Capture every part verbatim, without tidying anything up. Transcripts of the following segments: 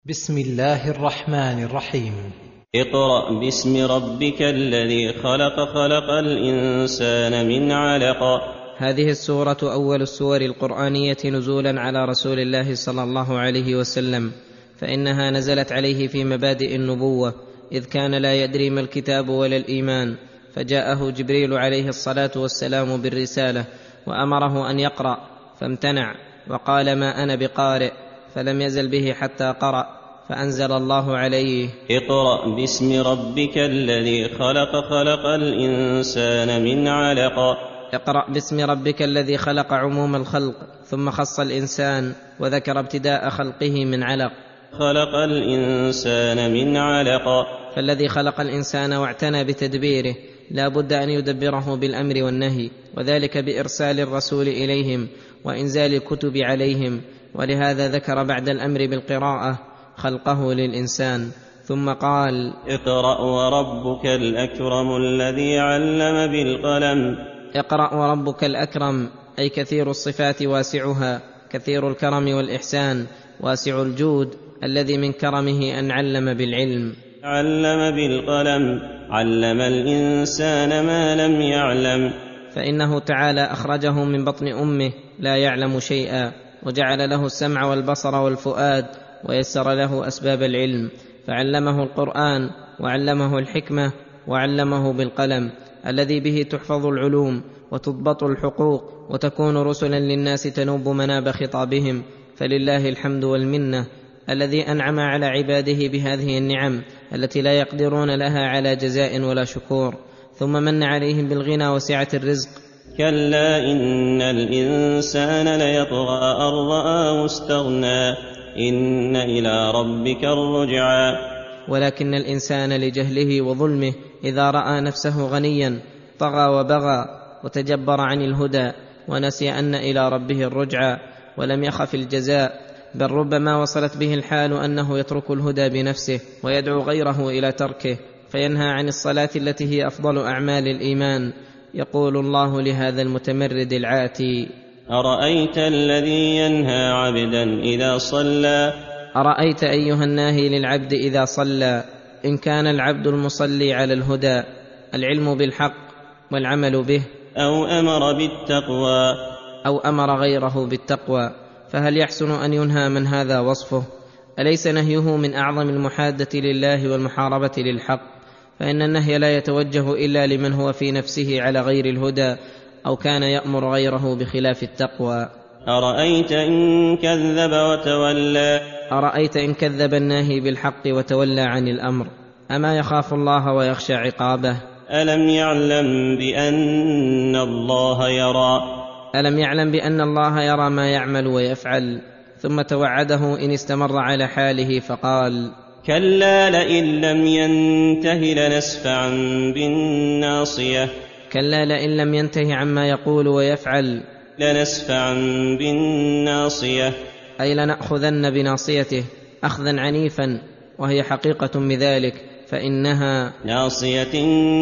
بسم الله الرحمن الرحيم. اقرأ باسم ربك الذي خلق خلق الإنسان من علق. هذه السورة أول السور القرآنية نزولا على رسول الله صلى الله عليه وسلم، فإنها نزلت عليه في مبادئ النبوة، إذ كان لا يدري ما الكتاب ولا الإيمان، فجاءه جبريل عليه الصلاة والسلام بالرسالة وأمره أن يقرأ فامتنع وقال ما أنا بقارئ، فلم يزل به حتى قرأ، فأنزل الله عليه اقرأ باسم ربك الذي خلق خلق الإنسان من علق. اقرأ باسم ربك الذي خلق عموم الخلق، ثم خص الإنسان وذكر ابتداء خلقه من علق. خلق الإنسان من علق، فالذي خلق الإنسان واعتنى بتدبيره لا بد أن يدبره بالأمر والنهي، وذلك بإرسال الرسول إليهم وإنزال الكتب عليهم، ولهذا ذكر بعد الأمر بالقراءة خلقه للإنسان، ثم قال اقرأ وربك الأكرم الذي علم بالقلم. اقرأ وربك الأكرم، أي كثير الصفات واسعها، كثير الكرم والإحسان، واسع الجود، الذي من كرمه أن علم بالعلم. علم بالقلم، علم الإنسان ما لم يعلم. فإنه تعالى أخرجه من بطن أمه لا يعلم شيئا، وجعل له السمع والبصر والفؤاد، ويسر له أسباب العلم، فعلمه القرآن وعلمه الحكمة وعلمه بالقلم الذي به تحفظ العلوم وتضبط الحقوق وتكون رسلا للناس تنوب مناب خطابهم. فلله الحمد والمنة الذي أنعم على عباده بهذه النعم التي لا يقدرون لها على جزاء ولا شكور، ثم من عليهم بالغنى وسعة الرزق. كلا إن الإنسان ليطغى أن رآه استغنى، إن إلى ربك الرجعى. ولكن الإنسان لجهله وظلمه إذا رأى نفسه غنيا طغى وبغى وتجبر عن الهدى، ونسي أن إلى ربه الرجعى ولم يخف الجزاء، بل ربما وصلت به الحال أنه يترك الهدى بنفسه ويدعو غيره إلى تركه، فينهى عن الصلاة التي هي أفضل أعمال الإيمان. يقول الله لهذا المتمرد العاتي أرأيت الذي ينهى عبدا إذا صلى. أرأيت أيها الناهي للعبد إذا صلى، إن كان العبد المصلي على الهدى، العلم بالحق والعمل به، أو أمر بالتقوى، أو أمر غيره بالتقوى، فهل يحسن أن ينهى من هذا وصفه؟ أليس نهيه من أعظم المحادة لله والمحاربة للحق؟ فإن النهي لا يتوجه إلا لمن هو في نفسه على غير الهدى أو كان يأمر غيره بخلاف التقوى. أرأيت إن كذب وتولى. أرأيت إن كذب الناهي بالحق وتولى عن الأمر، أما يخاف الله ويخشى عقابه؟ ألم يعلم بأن الله يرى. ألم يعلم بأن الله يرى ما يعمل ويفعل؟ ثم توعده إن استمر على حاله فقال كلا لئن لم ينته لنسفعا بالناصية. كلا لئن لم ينته عما يقول ويفعل لنسفعا بالناصية، أي لنأخذن بناصيته أخذا عنيفا، وهي حقيقة بذلك، فإنها ناصية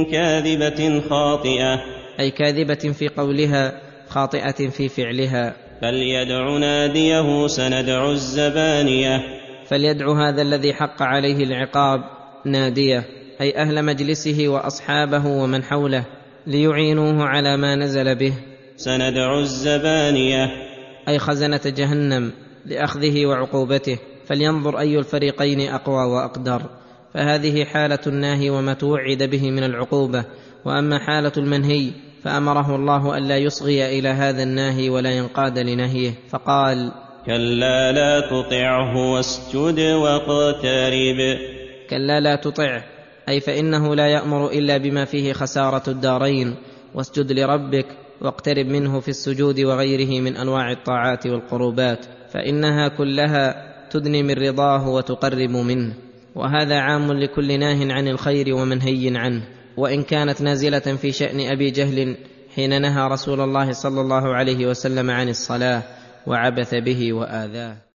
كاذبة خاطئة، أي كاذبة في قولها خاطئة في فعلها. فليدع ناديه سندع الزبانية. فليدع هذا الذي حق عليه العقاب ناديه، أي أهل مجلسه وأصحابه ومن حوله، ليعينوه على ما نزل به. سندع الزبانية، أي خزنة جهنم لأخذه وعقوبته، فلينظر أي الفريقين أقوى وأقدر. فهذه حالة الناهي وما توعد به من العقوبة. وأما حالة المنهي فأمره الله ألا يصغي إلى هذا الناهي ولا ينقاد لنهيه، فقال كلا لا تطعه واسجد واقترب. كلا لا تطعه، أي فإنه لا يأمر إلا بما فيه خسارة الدارين، واسجد لربك واقترب منه في السجود وغيره من أنواع الطاعات والقربات، فإنها كلها تدني من رضاه وتقرب منه. وهذا عام لكل ناه عن الخير ومنهي عنه، وإن كانت نازلة في شأن أبي جهل حين نهى رسول الله صلى الله عليه وسلم عن الصلاة وعبث به وآذاه.